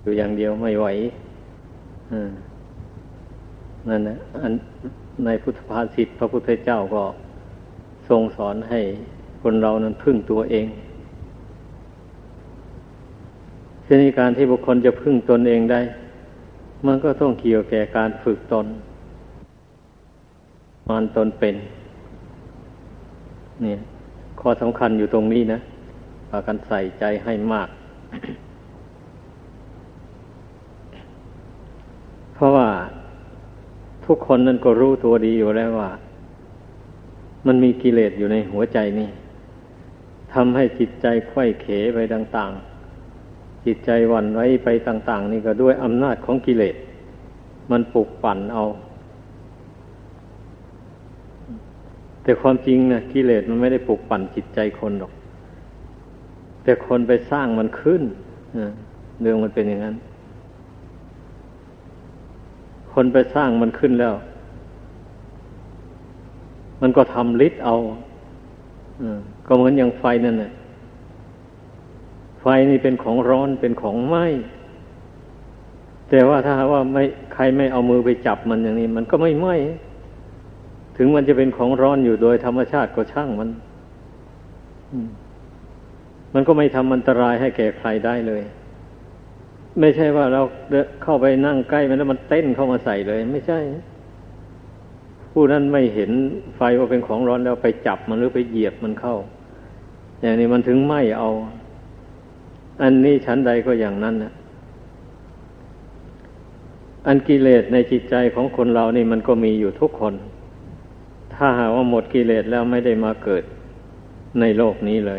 อยู่อย่างเดียวไม่ไหวนั่นนะในพุทธภาษิตพระพุทธเจ้าก็ทรงสอนให้คนเรานั้นพึ่งตัวเองทีนี้การที่บุคคลจะพึ่งตนเองได้มันก็ต้องเกี่ยวแก่การฝึกตนมันตนเป็นเนี่ยข้อสำคัญอยู่ตรงนี้นะพากันใส่ใจให้มาก เพราะว่าทุกคนนั้นก็รู้ตัวดีอยู่แล้วว่ามันมีกิเลสอยู่ในหัวใจนี่ทำให้จิตใจไขว้เขวไปต่างๆจิตใจหวั่นไหวไปต่างๆนี่ก็ด้วยอำนาจของกิเลสมันปลุกปั่นเอาแต่ความจริงนะกิเลสมันไม่ได้ปลุกปั่นจิตใจคนหรอกแต่คนไปสร้างมันขึ้นเรื่องมันเป็นอย่างนั้นคนไปสร้างมันขึ้นแล้วมันก็ทำฤทธิ์เอาก็เหมือนอย่างไฟนั่นน่ะไฟนี่เป็นของร้อนเป็นของไหม้แต่ว่าถ้าว่าไม่ใครไม่เอามือไปจับมันอย่างนี้มันก็ไม่ไหม้ถึงมันจะเป็นของร้อนอยู่โดยธรรมชาติก็ช่างมันก็ไม่ทำอันตรายให้แก่ใครได้เลยไม่ใช่ว่าเราเข้าไปนั่งใกล้มันแล้วมันเต้นเข้ามาใส่เลยไม่ใช่ผู้นั้นไม่เห็นไฟว่าเป็นของร้อนแล้วไปจับมันหรือไปเหยียบมันเข้าอย่างนี้มันถึงไหม้เอาอันนี้ชั้นใดก็อย่างนั้นนะอันกิเลสในจิตใจของคนเรานี่มันก็มีอยู่ทุกคนถ้าหากว่าหมดกิเลสแล้วไม่ได้มาเกิดในโลกนี้เลย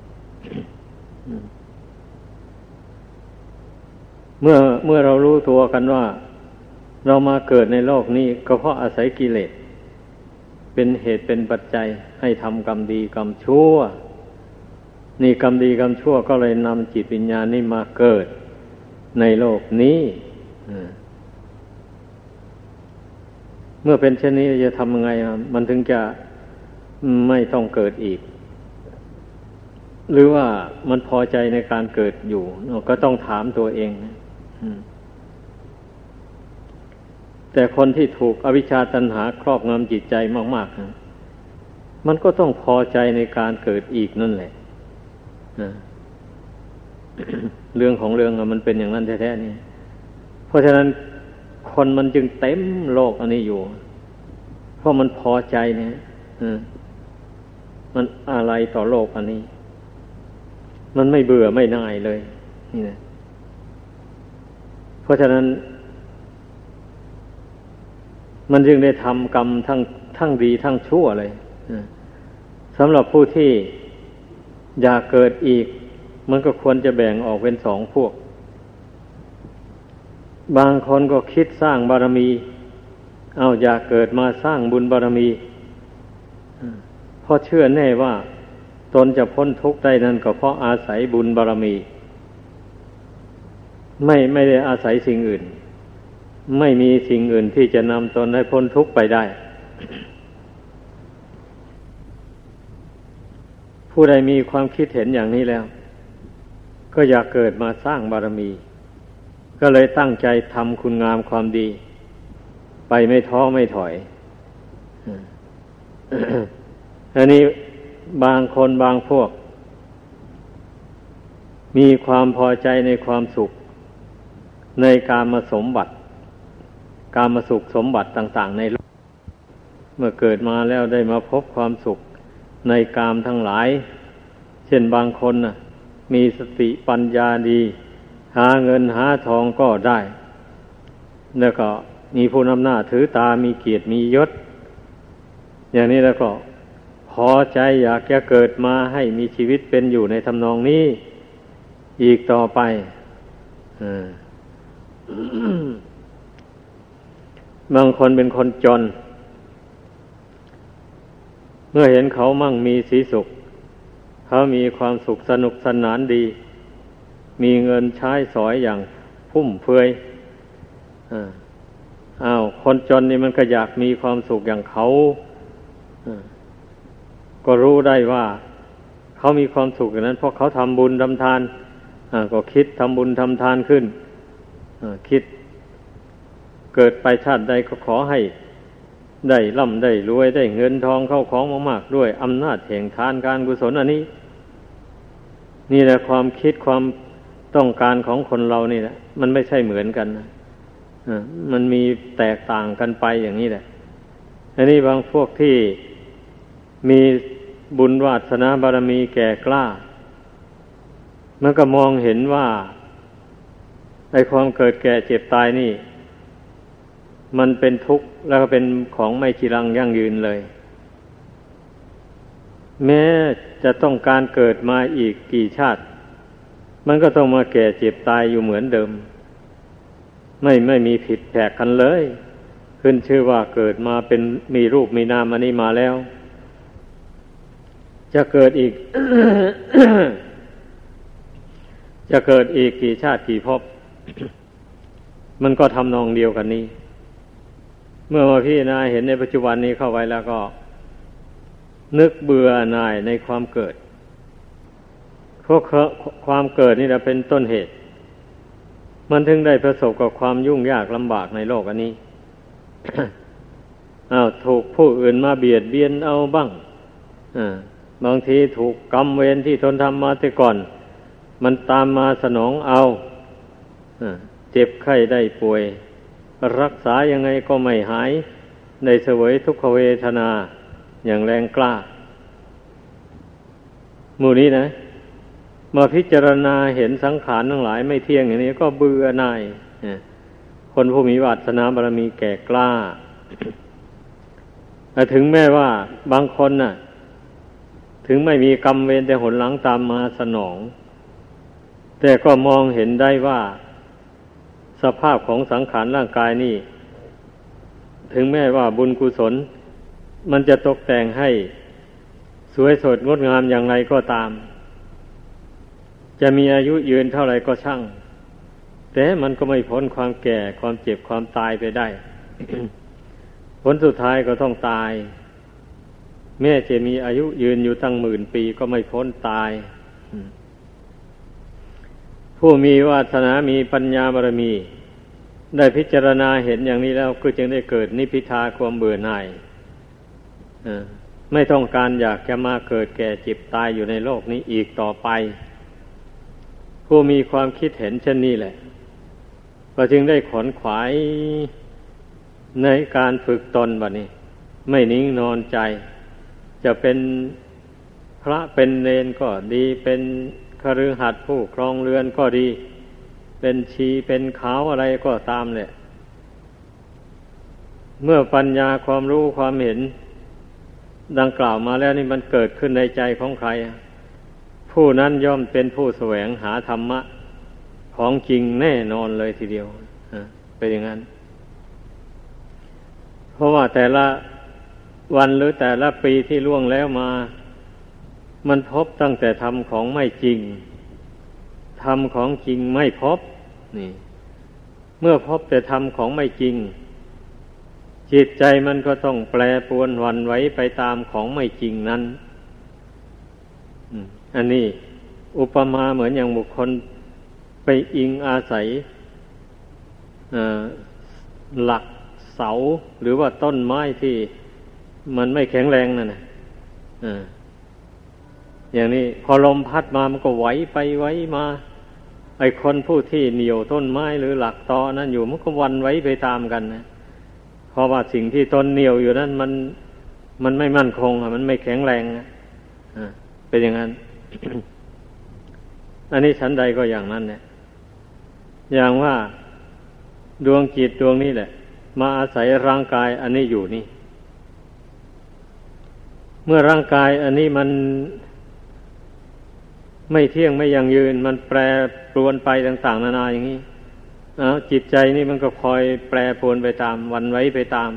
เมื่อเรารู้ตัวกันว่าเรามาเกิดในโลกนี้ก็เพราะอาศัยกิเลสเป็นเหตุเป็นปัจจัยให้ทำกรรมดีกรรมชั่วนี่กรรมดีกรรมชั่วก็เลยนำจิตวิญญาณนี้มาเกิดในโลกนี้เมื่อเป็นเช่นนี้จะทำยังไงมันถึงจะไม่ต้องเกิดอีกหรือว่ามันพอใจในการเกิดอยู่ก็ต้องถามตัวเองแต่คนที่ถูกอวิชชาตัณหาครอบงำจิตใจมากๆมันก็ต้องพอใจในการเกิดอีกนั่นแหละเรื่องของเรื่องมันเป็นอย่างนั้นแท้ๆนี่เพราะฉะนั้นคนมันจึงเต็มโลกอันนี้อยู่เพราะมันพอใจเนี่ยมันอะไรต่อโลกอันนี้มันไม่เบื่อไม่น่ายเลยนี่นะเพราะฉะนั้นมันจึงได้ทำกรรมทั้งดีทั้งชั่วเลยสำหรับผู้ที่อยากเกิดอีกมันก็ควรจะแบ่งออกเป็นสองพวกบางคนก็คิดสร้างบารมีอยากเกิดมาสร้างบุญบารมีเพราะเชื่อแน่ว่าตนจะพ้นทุกข์ได้นั่นก็เพราะอาศัยบุญบารมีไม่ได้อาศัยสิ่งอื่นไม่มีสิ่งอื่นที่จะนำตนให้พ้นทุกข์ไปได้ผู้ใดมีความคิดเห็นอย่างนี้แล้วก็อยากเกิดมาสร้างบารมีก็เลยตั้งใจทำคุณงามความดีไปไม่ท้อไม่ถอยอันนี้บางคนบางพวกมีความพอใจในความสุขในกามสมบัติกามสุขสมบัติต่างๆในโลกเมื่อเกิดมาแล้วได้มาพบความสุขในกามทั้งหลายเช่นบางคนมีสติปัญญาดีหาเงินหาทองก็ได้แล้วก็มีผู้นำหน้าถือตามีเกียรติมียศอย่างนี้แล้วก็พอใจอยากจะเกิดมาให้มีชีวิตเป็นอยู่ในทำนองนี้อีกต่อไปบางคนเป็นคนจนเมื่อเห็นเขามั่งมีสีสุขเขามีความสุขสนุกสนานดีมีเงินใช้สอยอย่างฟุ่มเฟือยคนจนนี่มันก็อยากมีความสุขอย่างเขาก็รู้ได้ว่าเขามีความสุขอย่างนั้นเพราะเขาทำบุญทำทานก็คิดทำบุญทำทานขึ้นคิดเกิดไปชาติใดก็ขอให้ได้ร่ำได้รวยได้เงินทองเข้าของมากๆด้วยอำนาจแห่งทานการกุศลอันนี้นี่แหละความคิดความต้องการของคนเรานี่แหละมันไม่ใช่เหมือนกันนะมันมีแตกต่างกันไปอย่างนี้แหละอันนี้บางพวกที่มีบุญวาสนาบารมีแก่กล้ามันก็มองเห็นว่าไอ้ความเกิดแก่เจ็บตายนี่มันเป็นทุกข์แล้วก็เป็นของไม่จีรังยั่งยืนเลยแม้จะต้องการเกิดมาอีกกี่ชาติมันก็ต้องมาแก่เจ็บตายอยู่เหมือนเดิมไม่มีผิดแผกกันเลยขึ้นชื่อว่าเกิดมาเป็นมีรูปมีนามอันนี้มาแล้วจะเกิดอีก จะเกิดอีกกี่ชาติกี่ภพ มันก็ทำนองเดียวกันนี้เมื่อมาพิจารณาเห็นในปัจจุบันนี้เข้าไว้แล้วก็นึกเบื่อหน่ายในความเกิดเพราะความเกิดนี่แหละเป็นต้นเหตุมันถึงได้ประสบกับความยุ่งยากลำบากในโลกอันนี้ ถูกผู้อื่นมาเบียดเบียนเอาบ้างบางทีถูกกรรมเวรที่ทนทำมาแต่ก่อนมันตามมาสนองเอาเจ็บไข้ได้ป่วยรักษายังไงก็ไม่หายได้เสวยทุกขเวทนาอย่างแรงกล้าหมู่นี้นะมาพิจารณาเห็นสังขารทั้งหลายไม่เที่ยงอย่างนี้ก็เบื่อหน่ายคนผู้มีวาสนาบารมีแก่กล้า ถึงแม้ว่าบางคนน่ะถึงไม่มีกรรมเวรแต่หนหลังตามมาสนองแต่ก็มองเห็นได้ว่าสภาพของสังขารร่างกายนี่ถึงแม้ว่าบุญกุศลมันจะตกแต่งให้สวยสดงดงามอย่างไรก็ตามจะมีอายุยืนเท่าไรก็ช่างแต่มันก็ไม่พ้นความแก่ความเจ็บความตายไปได้ ผลสุดท้ายก็ต้องตายแม้จะมีอายุยืนอยู่ตั้ง10,000 ปีก็ไม่พ้นตายผู้มีวาสนามีปัญญาบารมีได้พิจารณาเห็นอย่างนี้แล้วก็จึงได้เกิดนิพพิทาความเบื่อหน่ายไม่ต้องการอยากจะมาเกิดแก่เจ็บตายอยู่ในโลกนี้อีกต่อไปผู้มีความคิดเห็นเช่นนี้แหละก็จึงได้ขวนขวายในการฝึกตนบัดนี้ไม่นิ่งนอนใจจะเป็นพระเป็นเณรก็ดีเป็นคฤหัสถ์ผู้ครองเรือนก็ดีเป็นชีเป็นขาวอะไรก็ตามเนี่ยเมื่อปัญญาความรู้ความเห็นดังกล่าวมาแล้วนี่มันเกิดขึ้นในใจของใครผู้นั้นย่อมเป็นผู้แสวงหาธรรมะของจริงแน่นอนเลยทีเดียวเป็นอย่างนั้นเพราะว่าแต่ละวันหรือแต่ละปีที่ล่วงแล้วมามันพบตั้งแต่ธรรมของไม่จริงธรรมของจริงไม่พบนี่เมื่อพบแต่ธรรมของไม่จริงจิตใจมันก็ต้องแปรปรวนหวั่นไหวไปตามของไม่จริงนั้นอันนี้อุปมาเหมือนอย่างบุคคลไปอิงอาศัยหลักเสาหรือว่าต้นไม้ที่มันไม่แข็งแรงนั่นนะอย่างนี้พอลมพัดมามันก็ไหวไปไหวมาไอ้คนผู้ที่เหนี่ยวต้นไม้หรือหลักตอนั้นอยู่มันก็วันไหวไปตามกันนะเพราะว่าสิ่งที่ต้นเหนี่ยวอยู่นั้นมันไม่มั่นคงมันไม่แข็งแรงเป็นอย่างนั้น อันนี้ชั้นใดก็อย่างนั้นเนี่ยอย่างว่าดวงจิตดวงนี้แหละมาอาศัยร่างกายอันนี้อยู่นี่เมื่อร่างกายอันนี้มันไม่เที่ยงไม่ยั่งยืนมันแปรปรวนไปต่างๆนานาอย่างนี้จิตใจนี่มันก็คอยแปรปรวนไปตามวันไหวไปตาม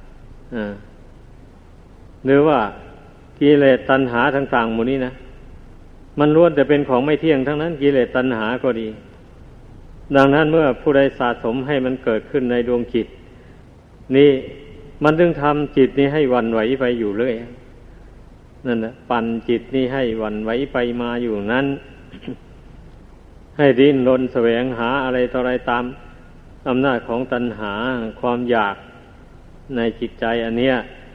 หรือว่ากิเลสตัณหาต่างๆหมดนี้นะมันล้วนแต่เป็นของไม่เที่ยงทั้งนั้นกิเลสตัณหาก็ดีดังนั้นเมื่อผู้ใดสะสมให้มันเกิดขึ้นในดวงจิตนี่มันจึงทำจิตนี้ให้หวั่นไหวไปอยู่เรื่อยนั่นนะปั่นจิตนี้ให้หวั่นไหวไปมาอยู่นั้น ให้ดิ้นรนแสวงหาอะไรต่ออะไรตามอำนาจของตัณหาความอยากในจิตใจอันเนี้ย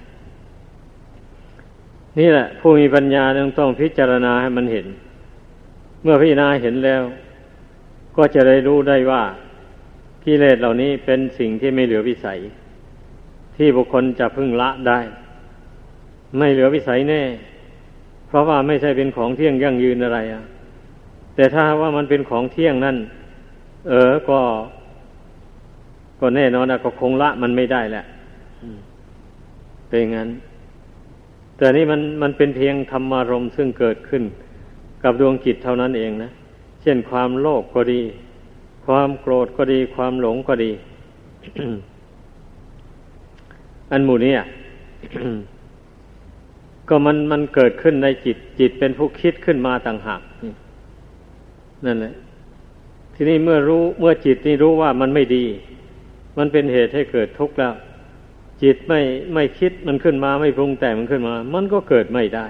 นี่แหละผู้มีปัญญาต้องพิจารณาให้มันเห็นเมื่อพิจารณาเห็นแล้วก็จะได้รู้ได้ว่ากิเลสเหล่านี้เป็นสิ่งที่ไม่เหลือวิสัยที่บุคคลจะพึงละได้ไม่เหลือวิสัยแน่เพราะว่าไม่ใช่เป็นของเที่ยงยั่งยืนอะไรแต่ถ้าว่ามันเป็นของเที่ยงนั่นก็แน่นอนก็คงละมันไม่ได้แหละเป็นงั้นแต่นี่มันเป็นเพียงธรรมารมณ์ซึ่งเกิดขึ้นกับดวงจิตเท่านั้นเองนะเช่นความโลภก็ดีความโกรธก็ดีความหลงก็ดี อันหมู่นี้ ก็มันเกิดขึ้นในจิตเป็นผู้คิดขึ้นมาต่างหากนั่นแหละทีนี้เมื่อจิตนี่รู้ว่ามันไม่ดีมันเป็นเหตุให้เกิดทุกข์แล้วจิตไม่คิดมันขึ้นมาไม่ปรุงแต่งมันขึ้นมามันก็เกิดไม่ได้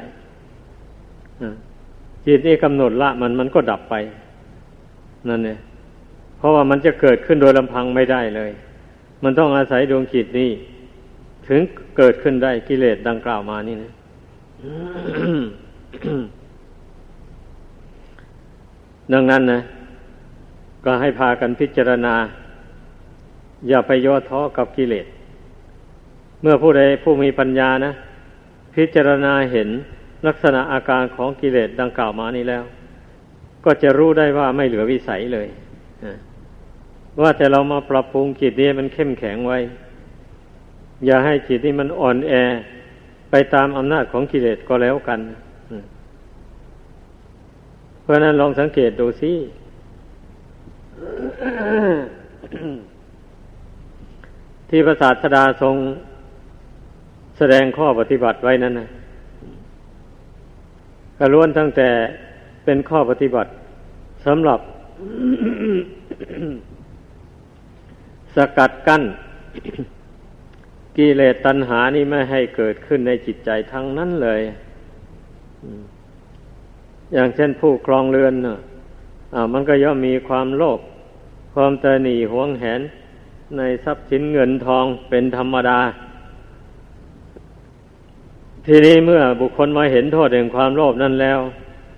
จิตนี่กำหนดละมันก็ดับไปนั่นเนี่ยเพราะว่ามันจะเกิดขึ้นโดยลำพังไม่ได้เลยมันต้องอาศัยดวงจิตนี่ถึงเกิดขึ้นได้กิเลสดังกล่าวมานี่นะ ดังนั้นนะก็ให้พากันพิจารณาอย่าไปย่อท้อกับกิเลสเมื่อผู้มีปัญญานะพิจารณาเห็นลักษณะอาการของกิเลสดังกล่าวมานี้แล้วก็จะรู้ได้ว่าไม่เหลือวิสัยเลยว่าแต่เรามาปรับปรุงจิตนี้มันเข้มแข็งไว้อย่าให้จิตนี้มันอ่อนแอไปตามอำนาจของกิเลสก็แล้วกันเพราะนั้นลองสังเกตดูสิ ที่พระศาสดาทรงแสดงข้อปฏิบัติไว้นั้นนะก็ล้วนตั้งแต่เป็นข้อปฏิบัติสำหรับ สกัดกั้น กิเลสตัณหานี่ไม่ให้เกิดขึ้นในจิตใจทั้งนั้นเลยอย่างเช่นผู้ครองเรือนมันก็ย่อมมีความโลภความตณีหวงแหนในทรัพย์สินเงินทองเป็นธรรมดาทีนี้เมื่อบุคคลมาเห็นโทษแห่งความโลภนั่นแล้ว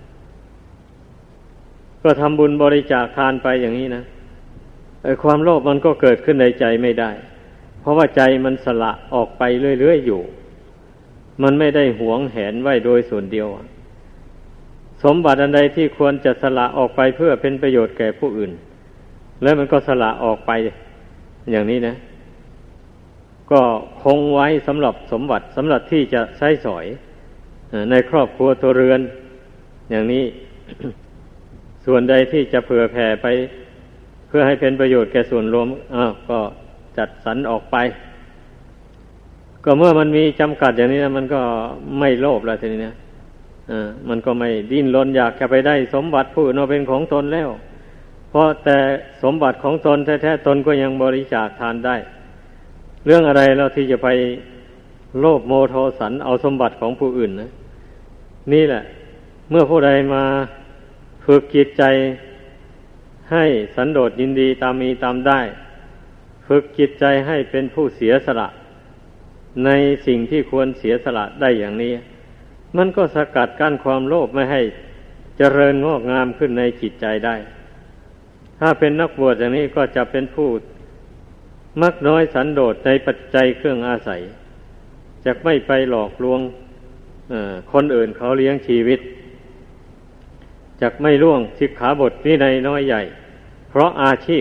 ก็ทำบุญบริจาคทานไปอย่างนี้นะความโลภมันก็เกิดขึ้นในใจไม่ได้เพราะว่าใจมันสละออกไปเรื่อยๆอยู่มันไม่ได้หวงแหนไว้โดยส่วนเดียวสมบัติอันใดที่ควรจะสละออกไปเพื่อเป็นประโยชน์แก่ผู้อื่นแล้วมันก็สละออกไปอย่างนี้นะก็คงไว้สำหรับสมบัติสำหรับที่จะใช้สอยในครอบครัวตัวเรือนอย่างนี้ ส่วนใดที่จะเผื่อแผ่ไปเพื่อให้เป็นประโยชน์แก่ส่วนรวมก็จัดสรรออกไปก็เมื่อมันมีจำกัดอย่างนี้นะมันก็ไม่โลภแล้วทีนี้นะมันก็ไม่ดิ้นรนอยากจะไปได้สมบัติผู้อื่นมาเป็นของตนแล้วเพราะแต่สมบัติของตนแท้ๆตนก็ยังบริจาคทานได้เรื่องอะไรเราที่จะไปโลภโมโทสันเอาสมบัติของผู้อื่นนะนี่แหละเมื่อผู้ใดมาฝึกจิตใจให้สันโดษยินดีตามมีตามได้ฝึกจิตใจให้เป็นผู้เสียสละในสิ่งที่ควรเสียสละได้อย่างนี้มันก็สกัดกั้นความโลภไม่ให้เจริญงอกงามขึ้นในจิตใจได้ถ้าเป็นนักบวชอย่างนี้ก็จะเป็นผู้มักน้อยสันโดษในปัจจัยเครื่องอาศัยจะไม่ไปหลอกลวงคนอื่นเขาเลี้ยงชีวิตจะไม่ล่วงสิกขาบทวินัยน้อยใหญ่เพราะอาชีพ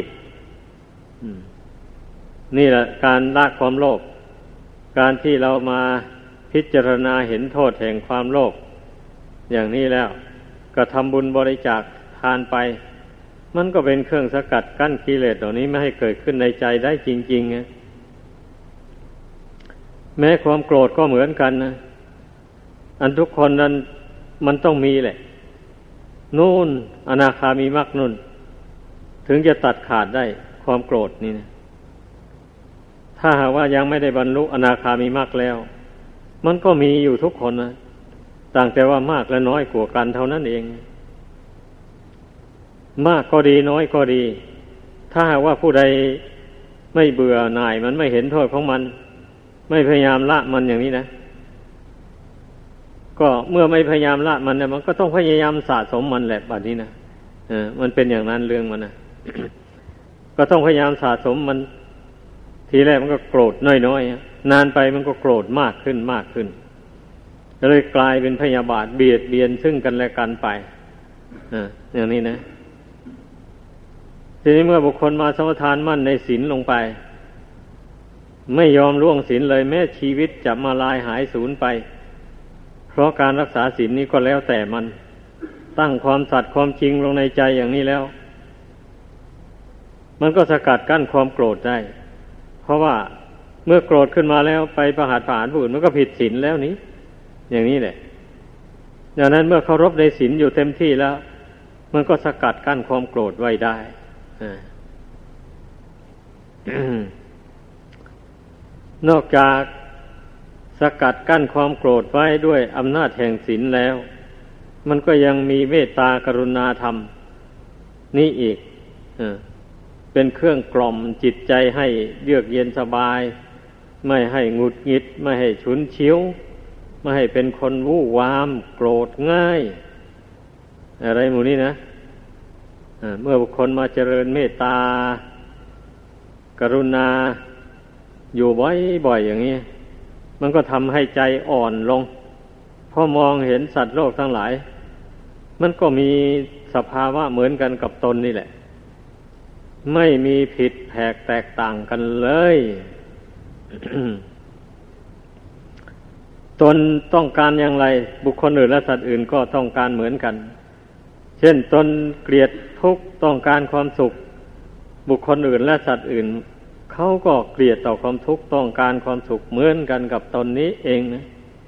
นี่แหละการละความโลภการที่เรามาพิจารณาเห็นโทษแห่งความโลภอย่างนี้แล้วก็ทำบุญบริจาคทานไปมันก็เป็นเครื่องสกัดกั้นกิเลสเหล่านี้ไม่ให้เกิดขึ้นในใจได้จริงๆนะแม้ความโกรธก็เหมือนกันนะอันทุกคนนั้นมันต้องมีแหละนู่นอนาคามีมรรคนู่นถึงจะตัดขาดได้ความโกรธนี่นะถ้าหากว่ายังไม่ได้บรรลุอนาคามีมรรคแล้วมันก็มีอยู่ทุกคนนะต่างแต่ว่ามากและน้อยกว่ากันเท่านั้นเองมากก็ดีน้อยก็ดีถ้าหากว่าผู้ใดไม่เบื่อหน่ายมันไม่เห็นโทษของมันไม่พยายามละมันอย่างนี้นะก็เมื่อไม่พยายามละมันเนี่ยมันก็ต้องพยายามสะสมมันแหละแบบนี้นะมันเป็นอย่างนั้นเรื่องมันนะ ก็ต้องพยายามสะสมมันทีแรกมันก็โกรธน้อยๆนานไปมันก็โกรธมากขึ้นมากขึ้นเลยกลายเป็นพยาบาทเบียดเบียนซึ่งกันและกันไปอย่างนี้นะทีนี้เมื่อบุคคลมาสมทานมั่นในศีลลงไปไม่ยอมล่วงศีลเลยแม้ชีวิตจะมาลายหายสูญไปเพราะการรักษาศีลนี้ก็แล้วแต่มันตั้งความสัตย์ความจริงลงในใจอย่างนี้แล้วมันก็สกัดกั้นความโกรธได้เพราะว่าเมื่อโกรธขึ้นมาแล้วไปประหารผู้อื่นมันก็ผิดศีลแล้วนี้อย่างนี้แหละดังนั้นเมื่อเคารพในศีลอยู่เต็มที่แล้วมันก็สกัดกั้นความโกรธไว้ได้นอกจากสกัดกั้นความโกรธไว้ด้วยอำนาจแห่งศีลแล้วมันก็ยังมีเมตตากรุณาธรรมนี่อีกเป็นเครื่องกล่อมจิตใจให้เยือกเย็นสบายไม่ให้หงุดหงิดไม่ให้ฉุนเฉียวไม่ให้เป็นคนวู่วามโกรธง่ายอะไรหมู่นี้นะเมื่อบุคคลมาเจริญเมตตากรุณาอยู่บ่อยๆอย่างนี้มันก็ทำให้ใจอ่อนลงพอมองเห็นสัตว์โลกทั้งหลายมันก็มีสภาวะเหมือนกันกับตนนี่แหละไม่มีผิดแผกแตกต่างกันเลย ตนต้องการอย่างไรบุคคลอื่นและสัตว์อื่นก็ต้องการเหมือนกันเช่นตนเกลียดทุกข์ต้องการความสุขบุคคลอื่นและสัตว์อื่นเขาก็เกลียดต่อความทุกข์ต้องการความสุขเหมือนกันกับตนนี้เองนะ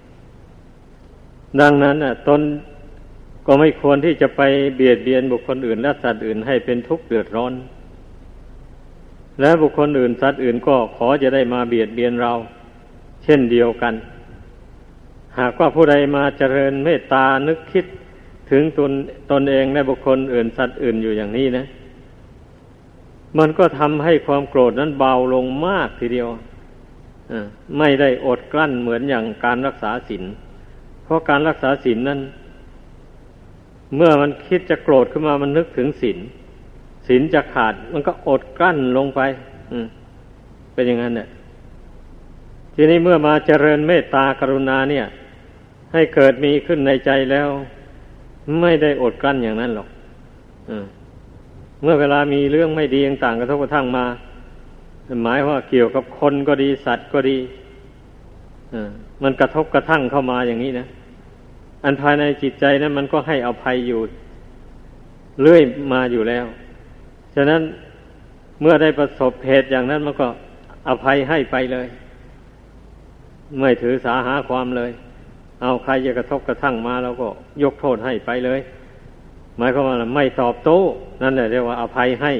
ดังนั้นตนก็ไม่ควรที่จะไปเบียดเบียนบุคคลอื่นและสัตว์อื่นให้เป็นทุกข์เดือดร้อนและบุคคลอื่นสัตว์อื่นก็ขอจะได้มาเบียดเบียนเราเช่นเดียวกันหากว่าผู้ใดมาเจริญเมตตานึกคิดถึงตนเองและบุคคลอื่นสัตว์อื่นอยู่อย่างนี้นะมันก็ทำให้ความโกรธนั้นเบาลงมากทีเดียวไม่ได้อดกลั้นเหมือนอย่างการรักษาศีลเพราะการรักษาศีลนั้นเมื่อมันคิดจะโกรธขึ้นมามันนึกถึงศีลศีลจะขาดมันก็อดกลั้นลงไปเป็นอย่างนั้นเนี่ยทีนี้เมื่อมาเจริญเมตตากรุณาเนี่ยให้เกิดมีขึ้นในใจแล้วไม่ได้อดกลั้นอย่างนั้นหรอกเมื่อเวลามีเรื่องไม่ดีต่างๆกระทบกระทั่งมาหมายว่าเกี่ยวกับคนก็ดีสัตว์ก็ดีมันกระทบกระทั่งเข้ามาอย่างนี้นะอันภายในจิตใจนั้นมันก็ให้อภัยอยู่เรื่อยมาอยู่แล้วฉะนั้นเมื่อได้ประสบเหตุอย่างนั้นมันก็อภัยให้ไปเลยไม่ถือสาหาความเลยเอาใครจะกระทบกระทั่งมาเราก็ยกโทษให้ไปเลยหมายความว่าไม่ตอบโต้นั่นแหละเรียกว่าอภัยให้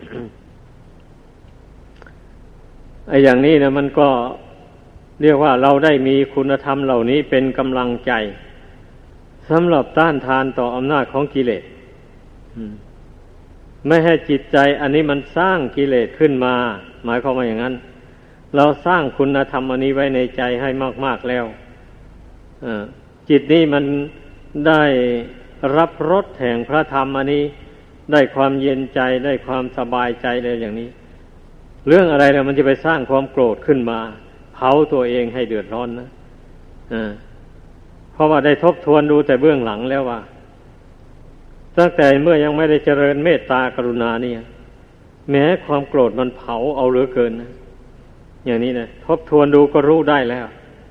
ไอ้อย่างนี้นะมันก็เรียกว่าเราได้มีคุณธรรมเหล่านี้เป็นกำลังใจสำหรับต้านทานต่ออำนาจของกิเลสไม่ให้จิตใจอันนี้มันสร้างกิเลสขึ้นมาหมายความว่าอย่างนั้นเราสร้างคุณธรรมอันนี้ไว้ในใจให้มากๆแล้วจิตนี้มันได้รับรสแห่งพระธรรมอันนี้ได้ความเย็นใจได้ความสบายใจเลยอย่างนี้เรื่องอะไรเนี่ยมันจะไปสร้างความโกรธขึ้นมาเผาตัวเองให้เดือดร้อนนะเพราะว่าได้ทบทวนดูแต่เบื้องหลังแล้วว่าตั้งแต่เมื่อยังไม่ได้เจริญเมตตากรุณาเนี่ยแม้ความโกรธมันเผาเอาเหลือเกินนะอย่างนี้นะทบทวนดูก็รู้ได้แล้ว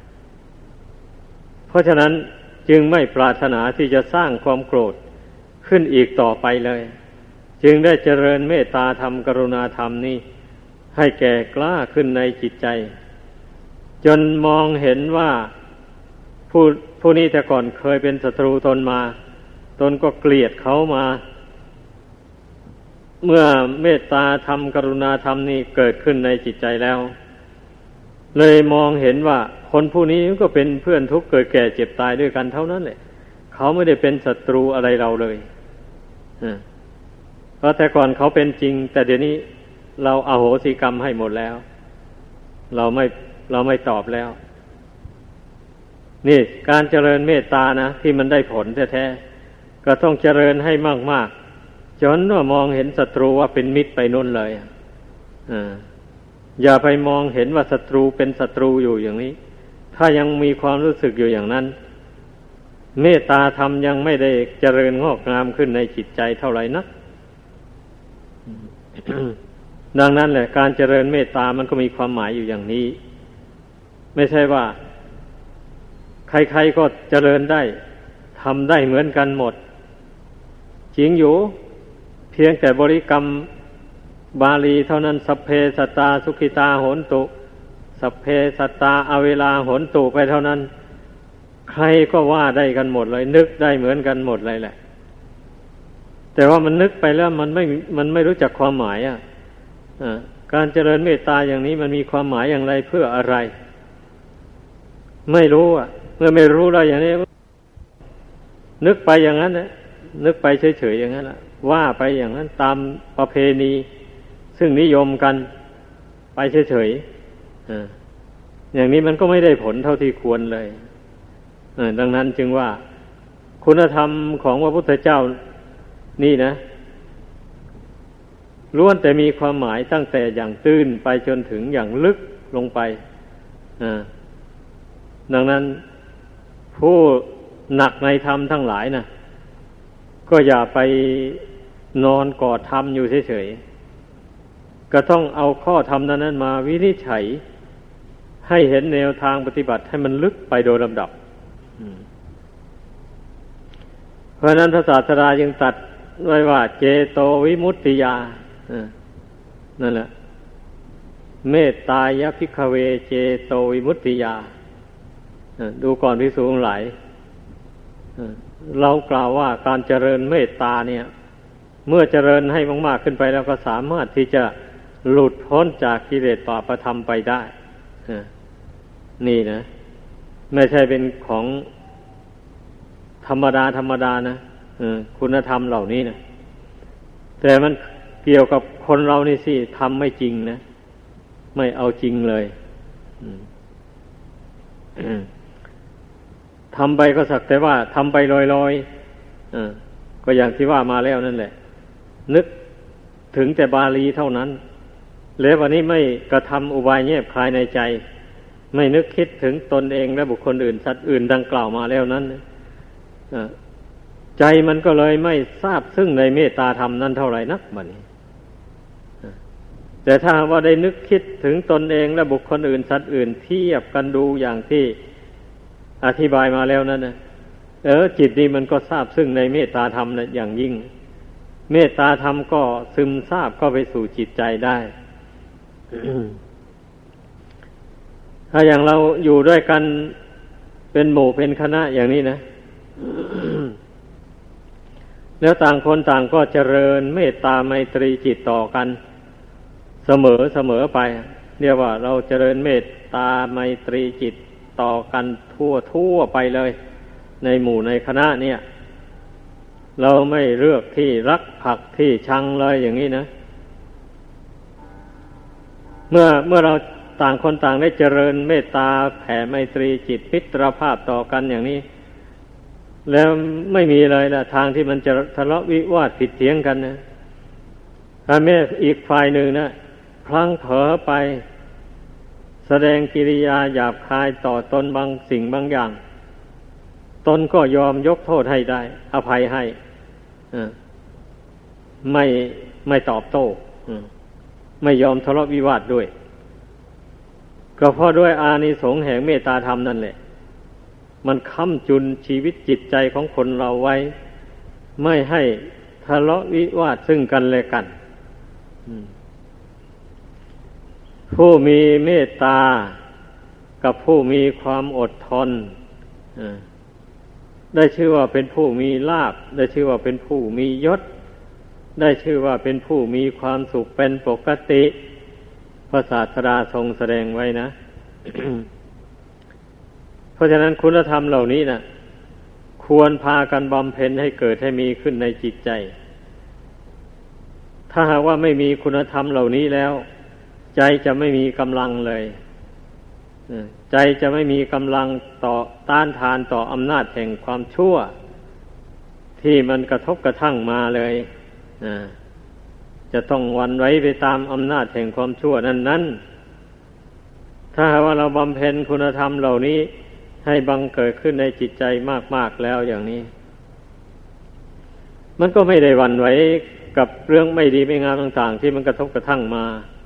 เพราะฉะนั้นจึงไม่ปรารถนาที่จะสร้างความโกรธขึ้นอีกต่อไปเลยจึงได้เจริญเมตตาธรรมกรุณาธรรมนี้ให้แก่กล้าขึ้นในจิตใจจนมองเห็นว่าผู้นี้แต่ก่อนเคยเป็นศัตรูตนมาตนก็เกลียดเขามาเมื่อเมตตาธรรมกรุณาธรรมนี้เกิดขึ้นในจิตใจแล้วเลยมองเห็นว่าคนผู้นี้ก็เป็นเพื่อนทุกข์เกิดแก่เจ็บตายด้วยกันเท่านั้นแหละเขาไม่ได้เป็นศัตรูอะไรเราเลยเพราะแต่ก่อนเขาเป็นจริงแต่เดี๋ยวนี้เราอโหสิกรรมให้หมดแล้วเราไม่ตอบแล้วนี่การเจริญเมตตานะที่มันได้ผลแท้ๆก็ต้องเจริญให้มากๆจนว่ามองเห็นศัตรูว่าเป็นมิตรไปนู่นเลยอย่าไปมองเห็นว่าศัตรูเป็นศัตรูอยู่อย่างนี้ถ้ายังมีความรู้สึกอยู่อย่างนั้นเมตตาธรรมยังไม่ได้เจริญงอกงามขึ้นในจิตใจเท่าไหร่นัก ดังนั้นแหละการเจริญเมตตามันก็มีความหมายอยู่อย่างนี้ไม่ใช่ว่าใครๆก็เจริญได้ทำได้เหมือนกันหมดจริงอยู่เพียงแต่บริกรรมบาลีเท่านั้นสัพเพสัตตาสุขิตาโหนตุสัพเพสัตตาอเวลาโหนตุไปเท่านั้นใครก็ว่าได้กันหมดเลยนึกได้เหมือนกันหมดเลยแหละแต่ว่ามันนึกไปแล้วมันไม่รู้จักความหมายการเจริญเมตตาอย่างนี้มันมีความหมายอย่างไรเพื่ออะไรไม่รู้เมื่อไม่รู้แล้วอย่างนี้นึกไปอย่างนั้นนะนึกไปเฉยๆอย่างนั้นแหละว่าไปอย่างนั้นตามประเพณีซึ่งนิยมกันไปเฉยๆอย่างนี้มันก็ไม่ได้ผลเท่าที่ควรเลยดังนั้นจึงว่าคุณธรรมของพระพุทธเจ้านี่นะล้วนแต่มีความหมายตั้งแต่อย่างตื้นไปจนถึงอย่างลึกลงไปดังนั้นผู้หนักในธรรมทั้งหลายนะก็อย่าไปนอนกอดธรรมอยู่เฉยๆก็ต้องเอาข้อธรรมนั้นมาวินิจฉัยให้เห็นแนวทางปฏิบัติให้มันลึกไปโดยลำดับเพราะนั้นพระศาสดายังตรัสไว้ว่าเจโตวิมุตติยานั่นแหละเมตตายภิกขเวเจโตวิมุตติยาดูก่อนภิกษุทั้งหลายเรากล่าวว่าการเจริญเมตตาเนี่ยเมื่อเจริญให้มากๆขึ้นไปแล้วก็สามารถที่จะหลุดพ้นจากกิเลสบาปธรรมไปได้นี่นะไม่ใช่เป็นของธรรมดานะคุณธรรมเหล่านี้นะแต่มันเกี่ยวกับคนเรานี่สิทำไม่จริงนะไม่เอาจริงเลยทำไปก็สักแต่ว่าทำไปลอยๆก็อย่างที่ว่ามาแล้วนั่นแหละนึกถึงแต่บาลีเท่านั้นแล้ววันนี้ไม่กระทำอุบายแยบคายในใจไม่นึกคิดถึงตนเองและบุคคลอื่นสัตว์อื่นดังกล่าวมาแล้วนั้นใจมันก็เลยไม่ทราบซึ่งในเมตตาธรรมนั้นเท่าไหร่นักบัดนี้แต่ถ้าว่าได้นึกคิดถึงตนเองและบุคคลอื่นสัตว์อื่นเทียบกันดูอย่างที่อธิบายมาแล้วนั้นนะจิตนี้มันก็ทราบซึ่งในเมตตาธรรมนะอย่างยิ่งเมตตาธรรมก็ซึมซาบเข้าไปสู่จิตใจได้ ถ้าอย่างเราอยู่ด้วยกันเป็นหมู่เป็นคณะอย่างนี้นะ แล้วต่างคนต่างก็เจริญเมตตาไมตรีจิตต่อกันเสมอไปเรียกว่าเราเจริญเมตตาไมตรีจิตต่อกันทั่วไปเลยในหมู่ในคณะเนี่ยเราไม่เลือกที่รักภักที่ชังเลยอย่างนี้นะเมื่อเราต่างคนต่างได้เจริญเมตตาแผ่ไมตรีจิตมิตรภาพต่อกันอย่างนี้แล้วไม่มีเลยล่ะทางที่มันจะทะเลาะวิวาทผิดเถียงกันนะถ้าแม้อีกฝ่ายหนึ่งนะพลั้งเผลอไปแสดงกิริยาหยาบคายต่อตนบางสิ่งบางอย่างตนก็ยอมยกโทษให้ได้อภัยให้ไม่ตอบโต้ไม่ยอมทะเลาะวิวาทด้วยก็เพราะด้วยอานิสงส์แห่งเมตตาธรรมนั่นแหละมันค้ำจุนชีวิตจิตใจของคนเราไว้ไม่ให้ทะเลาะวิวาทซึ่งกันและกันผู้มีเมตตากับผู้มีความอดทนได้ชื่อว่าเป็นผู้มีลาภได้ชื่อว่าเป็นผู้มียศได้ชื่อว่าเป็นผู้มีความสุขเป็นปกติพระศาสดาทรงแสดงไว้นะ เพราะฉะนั้นคุณธรรมเหล่านี้นะควรพากันบำเพ็ญให้เกิดให้มีขึ้นในจิตใจทถ้าหากว่าไม่มีคุณธรรมเหล่านี้แล้วใจจะไม่มีกำลังเลยใจจะไม่มีกำลังต่อต้านทานต่ออำนาจแห่งความชั่วที่มันกระทบกระทั่งมาเลยจะต้องหวั่นไหวไปตามอำนาจแห่งความชั่วนั้นถ้าหากว่าเราบำเพ็ญคุณธรรมเหล่านี้ให้บังเกิดขึ้นในจิตใจมากๆแล้วอย่างนี้มันก็ไม่ได้หวั่นไหวกับเรื่องไม่ดีไม่งามต่างๆที่มันกระทบกระทั่งมา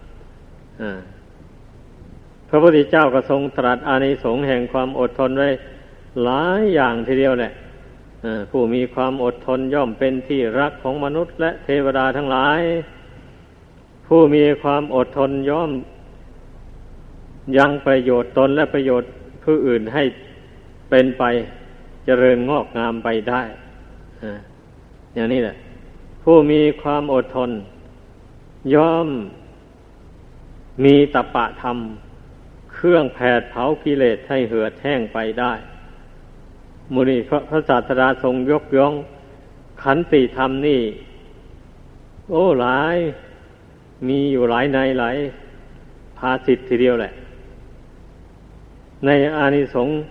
พระพุทธเจ้าก็ทรงตรัสอานิสงส์แห่งความอดทนไว้หลายอย่างทีเดียวแหละผู้มีความอดทนย่อมเป็นที่รักของมนุษย์และเทวดาทั้งหลายผู้มีความอดทนย่อมยังประโยชน์ตนและประโยชน์ผู้อื่นให้เป็นไปเจริญงอกงามไปได้อย่างนี้แหละผู้มีความอดทนย่อมมีตปะธรรมเครื่องแผดเผากิเลสให้เหือดแห้งไปได้มุนีพระศาสดาทรงยกย่องขันติธรรมนี่โอ้หลายมีอยู่หลายในหลายภาษิตทีเดียวแหละในอานิสงส์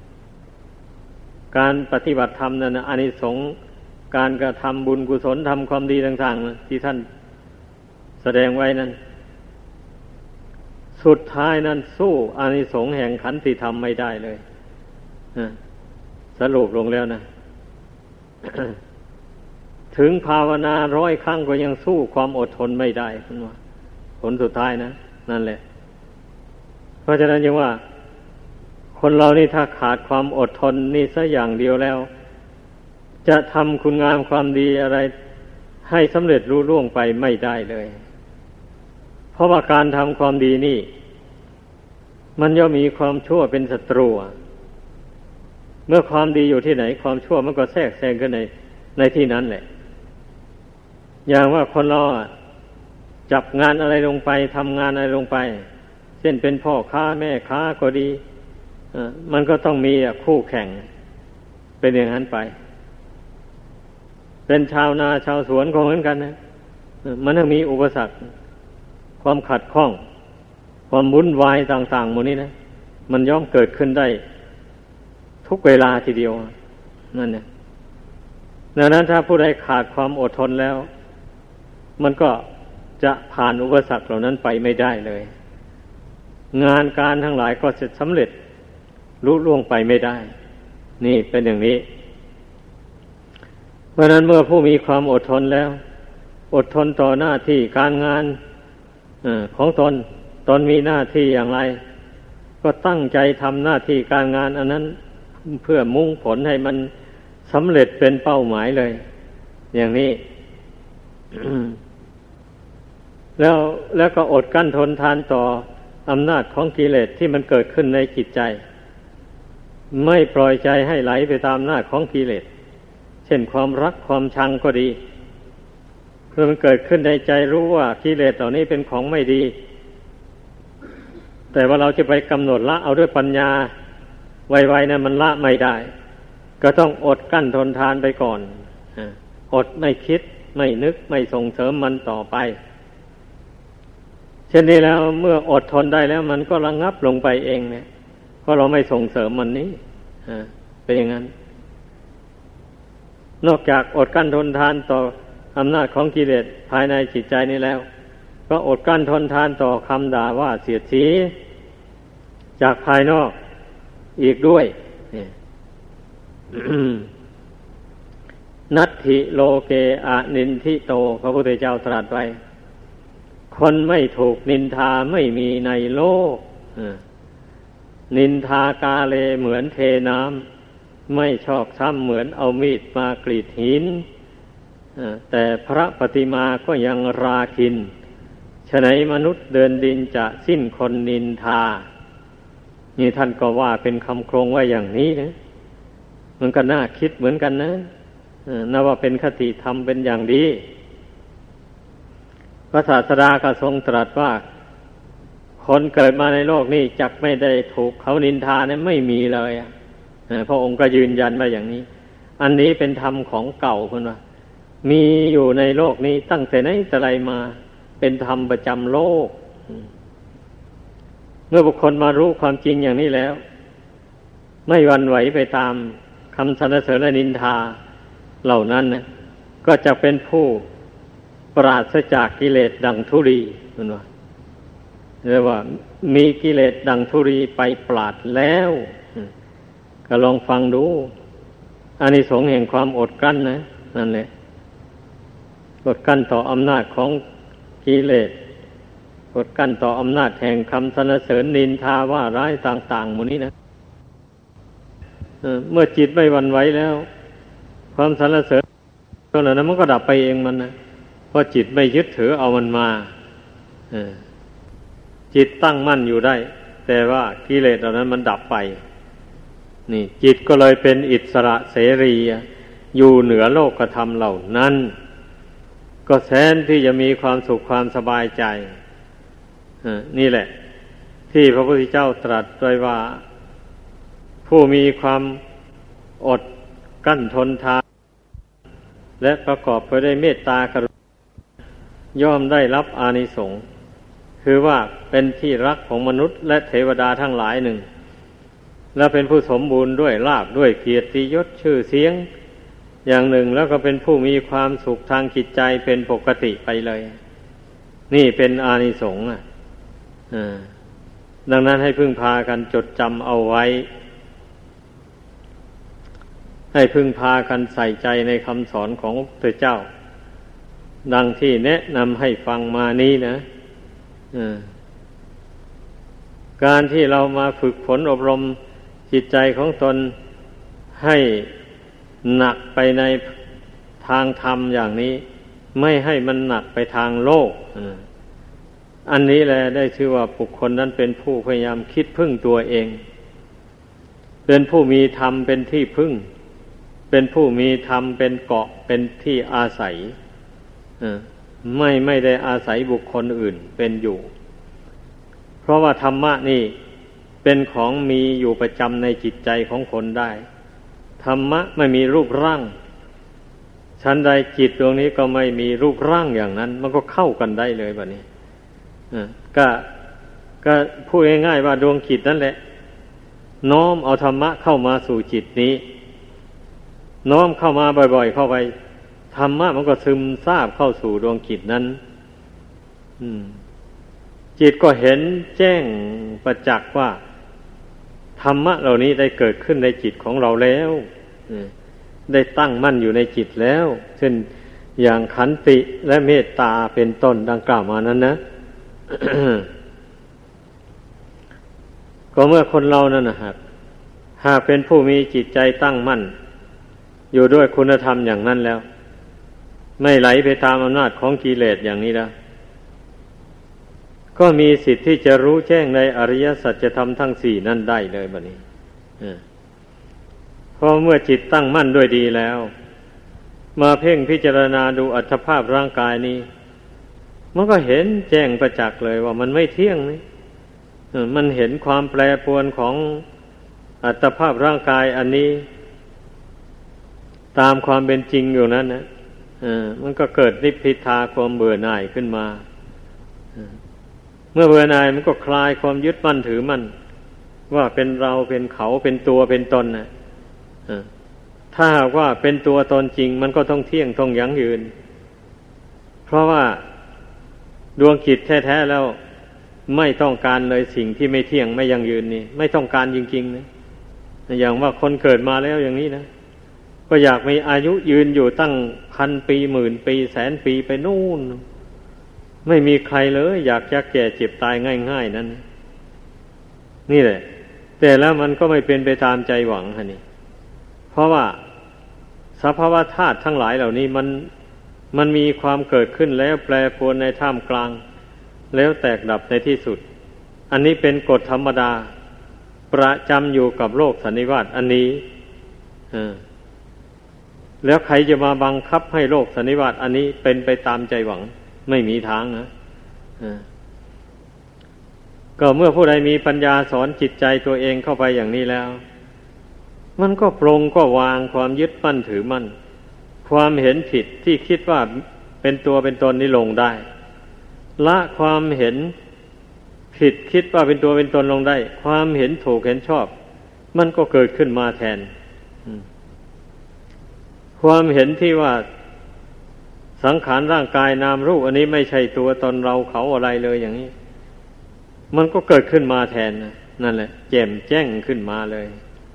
การปฏิบัติธรรมนั่นนะอานิสงส์การกระทำบุญกุศลทำความดีต่างๆที่ท่านแสดงไว้นั้นสุดท้ายนั้นสู้อานิสงส์แห่งขันติธรรมไม่ได้เลยสรุปลงแล้วนะ ถึงภาวนา100 ครั้งก็ยังสู้ความอดทนไม่ได้คุณว่าผลสุดท้ายนะนั่นแหละเพราะฉะนั้นยังว่าคนเรานี่ถ้าขาดความอดทนนี่สักอย่างเดียวแล้วจะทำคุณงามความดีอะไรให้สำเร็จรุ่ล่วงไปไม่ได้เลยเพราะว่าการทำความดีนี่มันย่อมมีความชั่วเป็นศัตรูเมื่อความดีอยู่ที่ไหนความชั่วมันก็แทรกแซงขึ้นในที่นั้นแหละอย่างว่าคนเราจับงานอะไรลงไปทำงานอะไรลงไปเช่นเป็นพ่อค้าแม่ค้าก็ดีมันก็ต้องมีคู่แข่งเป็นอย่างนั้นไปเป็นชาวนาชาวสวนก็เหมือนกันนะมันต้องมีอุปสรรคความขัดข้องความวุ่นวายต่างๆหมดนี้นะมันย่อมเกิดขึ้นได้ทุกเวลาทีเดียวนั่นเนี่ยดังนั้นถ้าผู้ใดขาดความอดทนแล้วมันก็จะผ่านอุปสรรคเหล่านั้นไปไม่ได้เลยงานการทั้งหลายก็จะสำเร็จลุล่วงไปไม่ได้นี่เป็นอย่างนี้เพราะนั้นเมื่อผู้มีความอดทนแล้วอดทนต่อหน้าที่การงานของตนมีหน้าที่อย่างไรก็ตั้งใจทำหน้าที่การงานอันนั้นเพื่อมุ่งผลให้มันสำเร็จเป็นเป้าหมายเลยอย่างนี้ แล้วก็อดกั้นทนทานต่ออำนาจของกิเลสที่มันเกิดขึ้นในจิตใจไม่ปล่อยใจให้ไหลไปตามอำนาจของกิเลสเช่นความรักความชังก็ดีเมื่อมันเกิดขึ้นในใจรู้ว่ากิเลสเหล่านี้เป็นของไม่ดีแต่ว่าเราจะไปกำหนดละเอาด้วยปัญญาไวๆนะมันละไม่ได้ก็ต้องอดกั้นทนทานไปก่อนอดไม่คิดไม่นึกไม่ส่งเสริมมันต่อไปเช่นนี้แล้วเมื่ออดทนได้แล้วมันก็ระงับลงไปเองเนี่ยเพราะเราไม่ส่งเสริมมันนี้เป็นอย่างนั้นนอกจากอดกั้นทนทานต่ออำนาจของกิเลสภายในจิตใจนี้แล้วก็อดกั้นทนทานต่อคำด่าว่าเสียดสีจากภายนอกอีกด้วย นัตถิโลเกอะนินทิโตพระพุทธเจ้าตรัสไว้คนไม่ถูกนินทาไม่มีในโลกนินทากาเลเหมือนเทน้ำไม่ชอกช้ำเหมือนเอามีดมากรีดหินแต่พระปฏิมาก็ยังราคินฉะไหนมนุษย์เดินดินจะสิ้นคนนินทานี่ท่านก็ว่าเป็นคำโครงไว้อย่างนี้นะมันก็น่าคิดเหมือนกันนะนับว่าเป็นคติธรรมเป็นอย่างดีพระศาสดาก็ทรงตรัสว่าคนเกิดมาในโลกนี้จักไม่ได้ถูกเขานินทาเนี่ยไม่มีเลยพระองค์ก็ยืนยันไว้อย่างนี้อันนี้เป็นธรรมของเก่าคุณว่ามีอยู่ในโลกนี้ตั้งแต่ไหนแต่ไรมาเป็นธรรมประจำโลกเมื่อบุคคลมารู้ความจริงอย่างนี้แล้วไม่หวั่นไหวไปตามคำสรรเสริญและนินทาเหล่านั้นนะก็จะเป็นผู้ปราศจากกิเลสดังธุรีนั่นว่าเรียกว่ามีกิเลสดังธุรีไปปราศแล้วก็ลองฟังดูอานิสงส์แห่งความอดกลั้นนะนั่นแหละอดกลั้นต่ออำนาจของกิเลสอดกลั้นต่ออำนาจแห่งคำสรรเสริญนินทาว่าร้ายต่างๆหมู่นี้นะเมื่อจิตไม่หวั่นไหวแล้วความสรรเสริญเหล่านั้นมันก็ดับไปเองมันนะเพราะจิตไม่ยึดถือเอามันมาจิตตั้งมั่นอยู่ได้แต่ว่ากิเลสเหล่านั้นมันดับไปนี่จิตก็เลยเป็นอิสระเสรีอยู่เหนือโลกธรรมเหล่านั้นก็แสนที่จะมีความสุขความสบายใจนี่แหละที่พระพุทธเจ้าตรัสไว้ว่าผู้มีความอดกลั้นทนทานและประกอบไปด้วยเมตตากรุณาย่อมได้รับอานิสงส์คือว่าเป็นที่รักของมนุษย์และเทวดาทั้งหลายหนึ่งและเป็นผู้สมบูรณ์ด้วยลาภด้วยเกียรติยศชื่อเสียงอย่างหนึ่งแล้วก็เป็นผู้มีความสุขทางจิตใจเป็นปกติไปเลยนี่เป็นอานิสงส์ดังนั้นให้พึ่งพากันจดจำเอาไว้ให้พึ่งพากันใส่ใจในคำสอนของพระเจ้าดังที่แนะนำให้ฟังมานี้นะการที่เรามาฝึกฝนอบรมจิตใจของตนให้หนักไปในทางธรรมอย่างนี้ไม่ให้มันหนักไปทางโลกอันนี้แหละได้ชื่อว่าบุคคลนั้นเป็นผู้พยายามคิดพึ่งตัวเองเป็นผู้มีธรรมเป็นที่พึ่งเป็นผู้มีธรรมเป็นเกาะเป็นที่อาศัยไม่ได้อาศัยบุคคลอื่นเป็นอยู่เพราะว่าธรรมะนี่เป็นของมีอยู่ประจำในจิตใจของคนได้ธรรมะไม่มีรูปร่างชั้นใดจิตดวงนี้ก็ไม่มีรูปร่างอย่างนั้นมันก็เข้ากันได้เลยแบบนี้ก็พูดง่ายๆว่าดวงจิตนั่นแหละน้อมเอาธรรมะเข้ามาสู่จิตนี้น้อมเข้ามาบ่อยๆเข้าไปธรรมะมันก็ซึมซาบเข้าสู่ดวงจิตนั้นจิตก็เห็นแจ้งประจักษ์ว่าธรรมะเหล่านี้ได้เกิดขึ้นในจิตของเราแล้วได้ตั้งมั่นอยู่ในจิตแล้วเช่นอย่างขันติและเมตตาเป็นต้นดังกล่าวมานั้นนะ ก็เมื่อคนเรานั่นนะหากเป็นผู้มีจิตใจตั้งมั่นอยู่ด้วยคุณธรรมอย่างนั้นแล้วไม่ไหลไปตามอำนาจของกิเลสอย่างนี้แล้วก็มีสิทธิ์ที่จะรู้แจ้งในอริยสัจธรรมทั้งสี่นั่นได้เลยบัดนี้เพราะเมื่อจิตตั้งมั่นด้วยดีแล้วมาเพ่งพิจารณาดูอัตภาพร่างกายนี้มันก็เห็นแจ้งประจักษ์เลยว่ามันไม่เที่ยงนี่มันเห็นความแปรปรวนของอัตภาพร่างกายอันนี้ตามความเป็นจริงอยู่นั้นนะมันก็เกิดนิพพิทาความเบื่อหน่ายขึ้นมาเมื่อเบื่อหน่ายมันก็คลายความยึดมั่นถือมั่นว่าเป็นเราเป็นเขาเป็นตัวเป็นตนนะถ้าหากว่าเป็นตัวตนจริงมันก็ต้องเที่ยงต้องยั่งยืนเพราะว่าดวงจิตแท้ๆแล้วไม่ต้องการเลยสิ่งที่ไม่เที่ยงไม่ยั่งยืนนี่ไม่ต้องการจริงๆนะอย่างว่าคนเกิดมาแล้วอย่างนี้นะก็อยากมีอายุยืนอยู่ตั้งพันปีหมื่นปีแสนปีไปนู่นไม่มีใครเลยอยากจะแก่เจ็บตายง่ายๆนั้นนี่แหละแต่แล้วมันก็ไม่เป็นไปตามใจหวังฮะนี่เพราะว่าสภาวะธาตุทั้งหลายเหล่านี้มันมีความเกิดขึ้นแล้วแปรปรวนในท่ามกลางแล้วแตกดับในที่สุดอันนี้เป็นกฎธรรมดาประจำอยู่กับโลกสันนิวาตอันนี้แล้วใครจะมาบังคับให้โลกสันนิวาตอันนี้เป็นไปตามใจหวังไม่มีทางนะก็เมื่อผู้ใดมีปัญญาสอนจิตใจตัวเองเข้าไปอย่างนี้แล้วมันก็ปรงก็วางความยึดมั่นถือมั่นผความเห็นผิดที่คิดว่าเป็นตัวเป็นตนนี้ลงได้ละความเห็นผิดคิดว่าเป็นตัวเป็นตนลงได้ความเห็นถูกเห็นชอบมันก็เกิดขึ้นมาแทนความเห็นที่ว่าสังขารร่างกายนามรูปอันนี้ไม่ใช่ตัวตนเราเขาอะไรเลยอย่างนี้มันก็เกิดขึ้นมาแทนนั่นแหละแจ่มแจ้งขึ้นมาเลย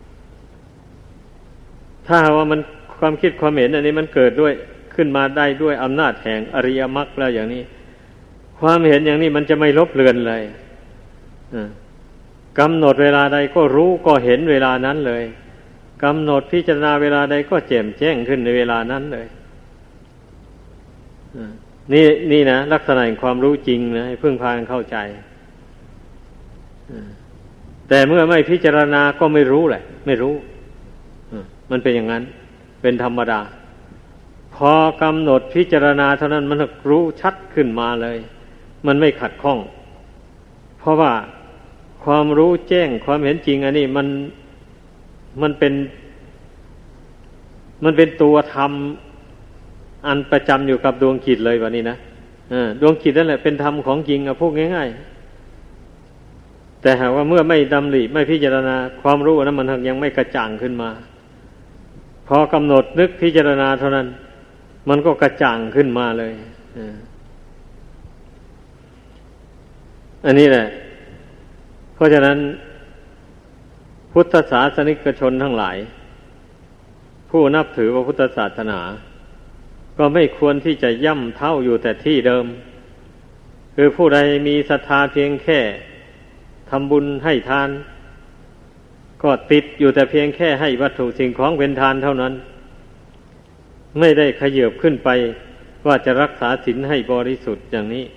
ถ้าว่ามันความคิดความเห็นอันนี้มันเกิดด้วยขึ้นมาได้ด้วยอำนาจแห่งอริยมรรคแล้วอย่างนี้ความเห็นอย่างนี้มันจะไม่ลบเลือนเลยกำหนดเวลาใดก็รู้ก็เห็นเวลานั้นเลยกำหนดพิจารณาเวลาใดก็แจ่มแจ้งขึ้นในเวลานั้นเลยนี่นะลักษณะแห่งความรู้จริงนะให้พึ่งพากันเข้าใจแต่เมื่อไม่พิจารณาก็ไม่รู้แหละไม่รู้มันเป็นอย่างนั้นเป็นธรรมดาพอกำหนดพิจารณาเท่านั้นมันรู้ชัดขึ้นมาเลยมันไม่ขัดข้องเพราะว่าความรู้แจ้งความเห็นจริงอันนี้มันเป็นตัวธรรมอันประจำอยู่กับดวงจิตเลยวันนี้นะดวงจิตนั่นแหละเป็นธรรมของจริงพูดง่ายๆแต่หากว่าเมื่อไม่ดำริไม่พิจารณาความรู้นั้นมันยังไม่กระจ่างขึ้นมาพอกำหนดนึกพิจารณาเท่านั้นมันก็กระจ่างขึ้นมาเลยอันนี้แหละเพราะฉะนั้นพุทธศาสนิกชนทั้งหลายผู้นับถือพระพุทธศาสนาก็ไม่ควรที่จะย่ำเท้าอยู่แต่ที่เดิมคือผู้ใดมีศรัทธาเพียงแค่ทำบุญให้ทานก็ติดอยู่แต่เพียงแค่ให้วัตถุสิ่งของเป็นทานเท่านั้นไม่ได้ขยับขึ้นไปว่าจะรักษาศีลให้บริสุทธิ์อย่างนี้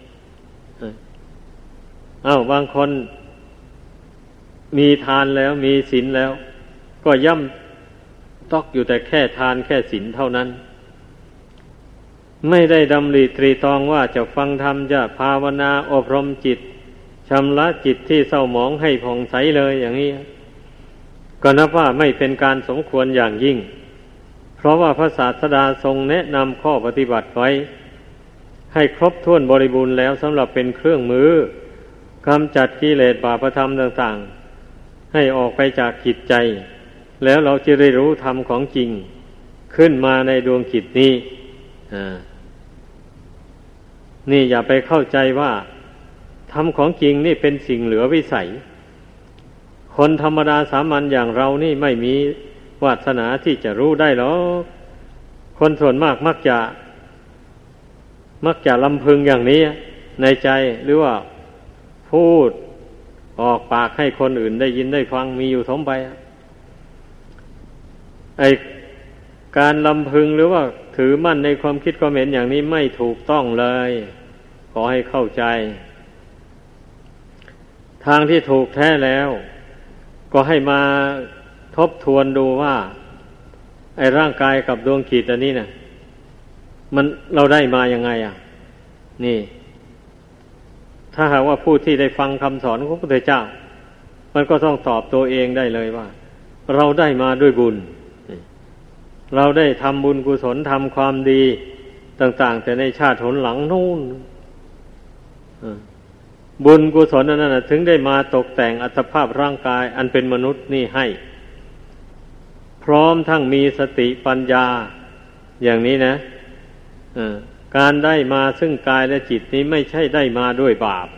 บางคนมีทานแล้วมีศีลแล้วก็ย่ำตอกอยู่แต่แค่ทานแค่ศีลเท่านั้นไม่ได้ดำริตรีตรองว่าจะฟังธรรมจะภาวนาอบรมจิตชำระจิตที่เศร้าหมองให้ผ่องใสเลยอย่างนี้ก็นับว่าไม่เป็นการสมควรอย่างยิ่งเพราะว่าพระศาสดาทรงแนะนำข้อปฏิบัติไว้ให้ครบถ้วนบริบูรณ์แล้วสำหรับเป็นเครื่องมือกำจัดกิเลสบาปธรรมต่างๆให้ออกไปจากจิตใจแล้วเราจะได้รู้ธรรมของจริงขึ้นมาในดวงจิตนี้นี่อย่าไปเข้าใจว่าธรรมของจริงนี่เป็นสิ่งเหลือวิสัยคนธรรมดาสามัญอย่างเรานี่ไม่มีวาสนาที่จะรู้ได้หรอกคนส่วนมากมักจะลำพึงอย่างนี้ในใจหรือว่าพูดออกปากให้คนอื่นได้ยินได้ฟังมีอยู่สมไปการลำพึงหรือว่าถือมั่นในความคิดความเห็นอย่างนี้ไม่ถูกต้องเลยขอให้เข้าใจทางที่ถูกแท้แล้วก็ให้มาทบทวนดูว่าไอ้ร่างกายกับดวงจิตอันนี้เนี่ยมันเราได้มายังไงนี่ถ้าหากว่าผู้ที่ได้ฟังคำสอนของพระพุทธเจ้ามันก็ต้องตอบตัวเองได้เลยว่าเราได้มาด้วยบุญเราได้ทำบุญกุศลทำความดีต่างๆแต่ในชาติหนหลังนู่นบุญกุศลนั้นถึงได้มาตกแต่งอัตภาพร่างกายอันเป็นมนุษย์นี่ให้พร้อมทั้งมีสติปัญญาอย่างนี้นะการได้มาซึ่งกายและจิตนี้ไม่ใช่ได้มาด้วยบาป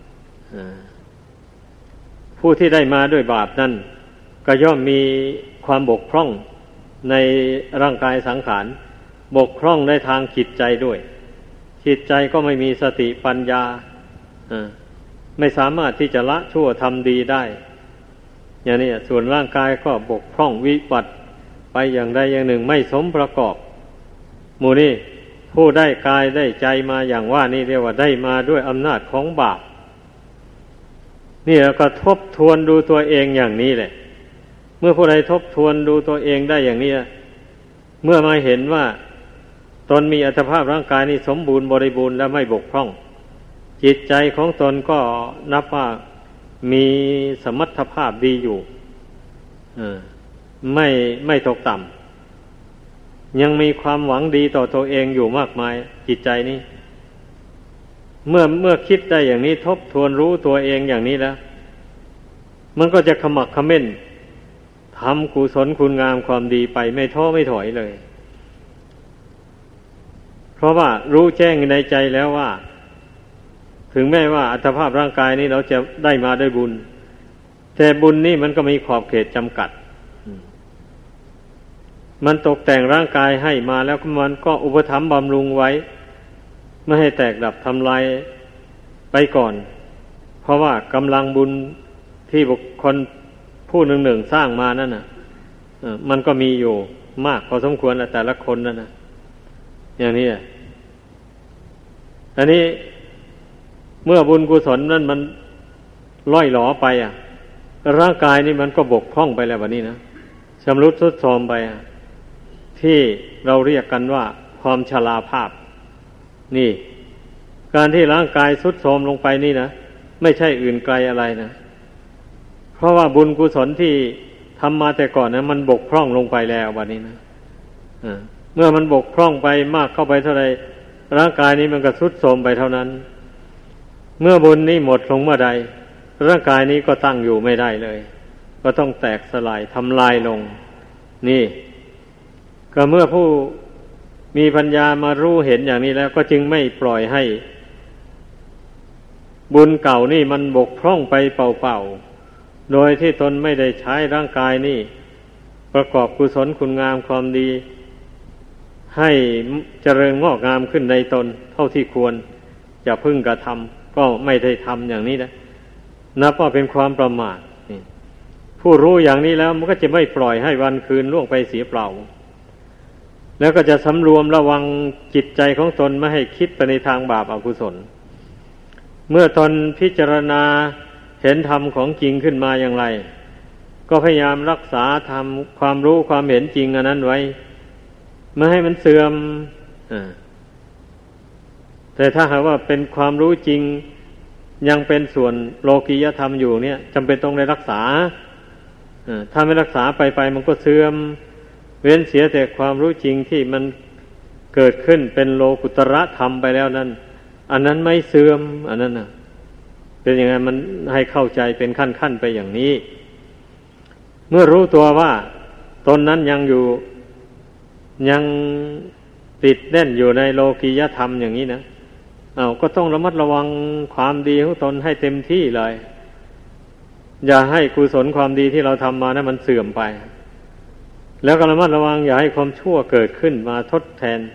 ผู้ที่ได้มาด้วยบาปนั้นก็ย่อมมีความบกพร่องในร่างกายสังขารบกพร่องในทางจิตใจด้วยจิตใจก็ไม่มีสติปัญญาไม่สามารถที่จะละชั่วทำดีได้อย่างนี้ส่วนร่างกายก็บกพร่องวิบัติไปอย่างใดอย่างหนึ่งไม่สมประกอบหมู่นี้ผู้ได้กายได้ใจมาอย่างว่านี่เรียกว่าได้มาด้วยอำนาจของบาปนี่แล้วก็ทบทวนดูตัวเองอย่างนี้แหละเมื่อผู้ใดทบทวนดูตัวเองได้อย่างนี้เมื่อมาเห็นว่าตนมีอัตภาพร่างกายนี้สมบูรณ์บริบูรณ์และไม่บกพร่องจิตใจของตนก็นับว่ามีสมรรถภาพดีอยู่ไม่ตกต่ยังมีความหวังดีต่อตัวเองอยู่มากมายจิตใจนี้เมื่อคิดได้อย่างนี้ทบทวนรู้ตัวเองอย่างนี้แล้วมันก็จะขมักเขม้นทำกุศลคุณงามความดีไปไม่ท้อไม่ถอยเลยเพราะว่ารู้แจ้งในใจแล้วว่าถึงแม้ว่าอัตภาพร่างกายนี้เราจะได้มาด้วยบุญแต่บุญนี่มันก็มีขอบเขตจำกัดมันตกแต่งร่างกายให้มาแล้วมันก็อุปถัมภ์บำรุงไว้ไม่ให้แตกดับทำลายไปก่อนเพราะว่ากำลังบุญที่บุคคลผู้หนึ่งสร้างมานั่นน่ะมันก็มีอยู่มากพอสมควรแต่ละคนนั่นนะอย่างนี้อันนี้เมื่อบุญกุศลนั้นมันล่อยหลอไปร่างกายนี่มันก็บกพร่องไปแล้ววันนี้นะชำรุดทรุดโทรมไปที่เราเรียกกันว่าความชราภาพนี่การที่ร่างกายทรุดโทรมลงไปนี่นะไม่ใช่อื่นไกลอะไรนะเพราะว่าบุญกุศลที่ทำมาแต่ก่อนนะมันบกพร่องลงไปแล้ววันนี้นะเมื่อมันบกพร่องไปมากเข้าไปเท่าไรร่างกายนี้มันก็ทรุดโทรมไปเท่านั้นเมื่อบุญนี้หมดลงเมื่อใดร่างกายนี้ก็ตั้งอยู่ไม่ได้เลยก็ต้องแตกสลายทำลายลงนี่ก็เมื่อผู้มีปัญญามารู้เห็นอย่างนี้แล้วก็จึงไม่ปล่อยให้บุญเก่านี่มันบกพร่องไปเปล่าๆโดยที่ตนไม่ได้ใช้ร่างกายนี่ประกอบกุศลคุณงามความดีให้เจริญงอกงามขึ้นในตนเท่าที่ควรจะพึงกระทำก็ไม่ได้ทำอย่างนี้นะนับว่าเป็นความประมาทผู้รู้อย่างนี้แล้วมันก็จะไม่ปล่อยให้วันคืนล่วงไปเสียเปล่าแล้วก็จะสำรวมระวังจิตใจของตนไม่ให้คิดไปในทางบาปอกุศลเมื่อตนพิจารณาเห็นธรรมของจริงขึ้นมาอย่างไรก็พยายามรักษาธรรมความรู้ความเห็นจริงอันนั้นไว้ไม่ให้มันเสื่อมแต่ถ้าหากว่าเป็นความรู้จริงยังเป็นส่วนโลกียธรรมอยู่เนี่ยจำเป็นต้องได้รักษาถ้าไม่รักษาไปมันก็เสื่อมเว้นเสียแต่ความรู้จริงที่มันเกิดขึ้นเป็นโลกุตระธรรมไปแล้วนั้นอันนั้นไม่เสื่อมอันนั้นน่ะเป็นยังไงมันให้เข้าใจเป็นขั้นๆไปอย่างนี้เมื่อรู้ตัวว่าตนนั้นยังติดแน่นอยู่ในโลกียธรรมอย่างนี้นะก็ต้องระมัดระวังความดีของตนให้เต็มที่เลยอย่าให้กุศลความดีที่เราทำมานะมันเสื่อมไปแล้วก็ระมัดระวังอย่าให้ความชั่วเกิดขึ้นมาทดแทน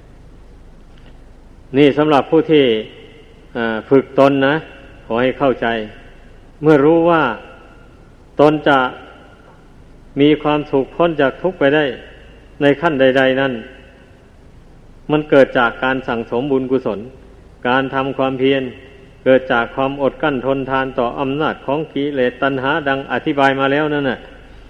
นี่สำหรับผู้ที่ฝึกตนนะขอให้เข้าใจเมื่อรู้ว่าตนจะมีความสุขพ้นจากทุกข์ไปได้ในขั้นใดๆนั้นมันเกิดจากการสั่งสมบุญกุศลการทำความเพียรเกิดจากความอดกลั้นทนทานต่ออำนาจของกิเลสตัณหาดังอธิบายมาแล้วนั่นน่ะ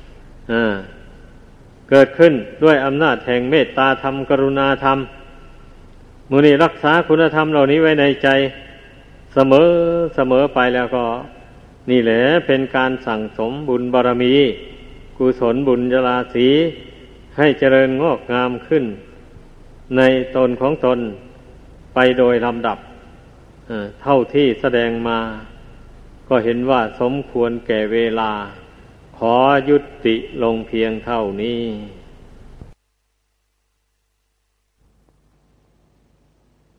เกิดขึ้นด้วยอำนาจแห่งเมตตาธรรมกรุณาธรรมมื้อนี้รักษาคุณธรรมเหล่านี้ไว้ในใจเสมอไปแล้วก็นี่แหละเป็นการสั่งสมบุญบารมีกุศลบุญญาราศีให้เจริญงอกงามขึ้นในตนของตนไปโดยลำดับเท่าที่แสดงมาก็เห็นว่าสมควรแก่เวลาขอยุติลงเพียงเท่านี้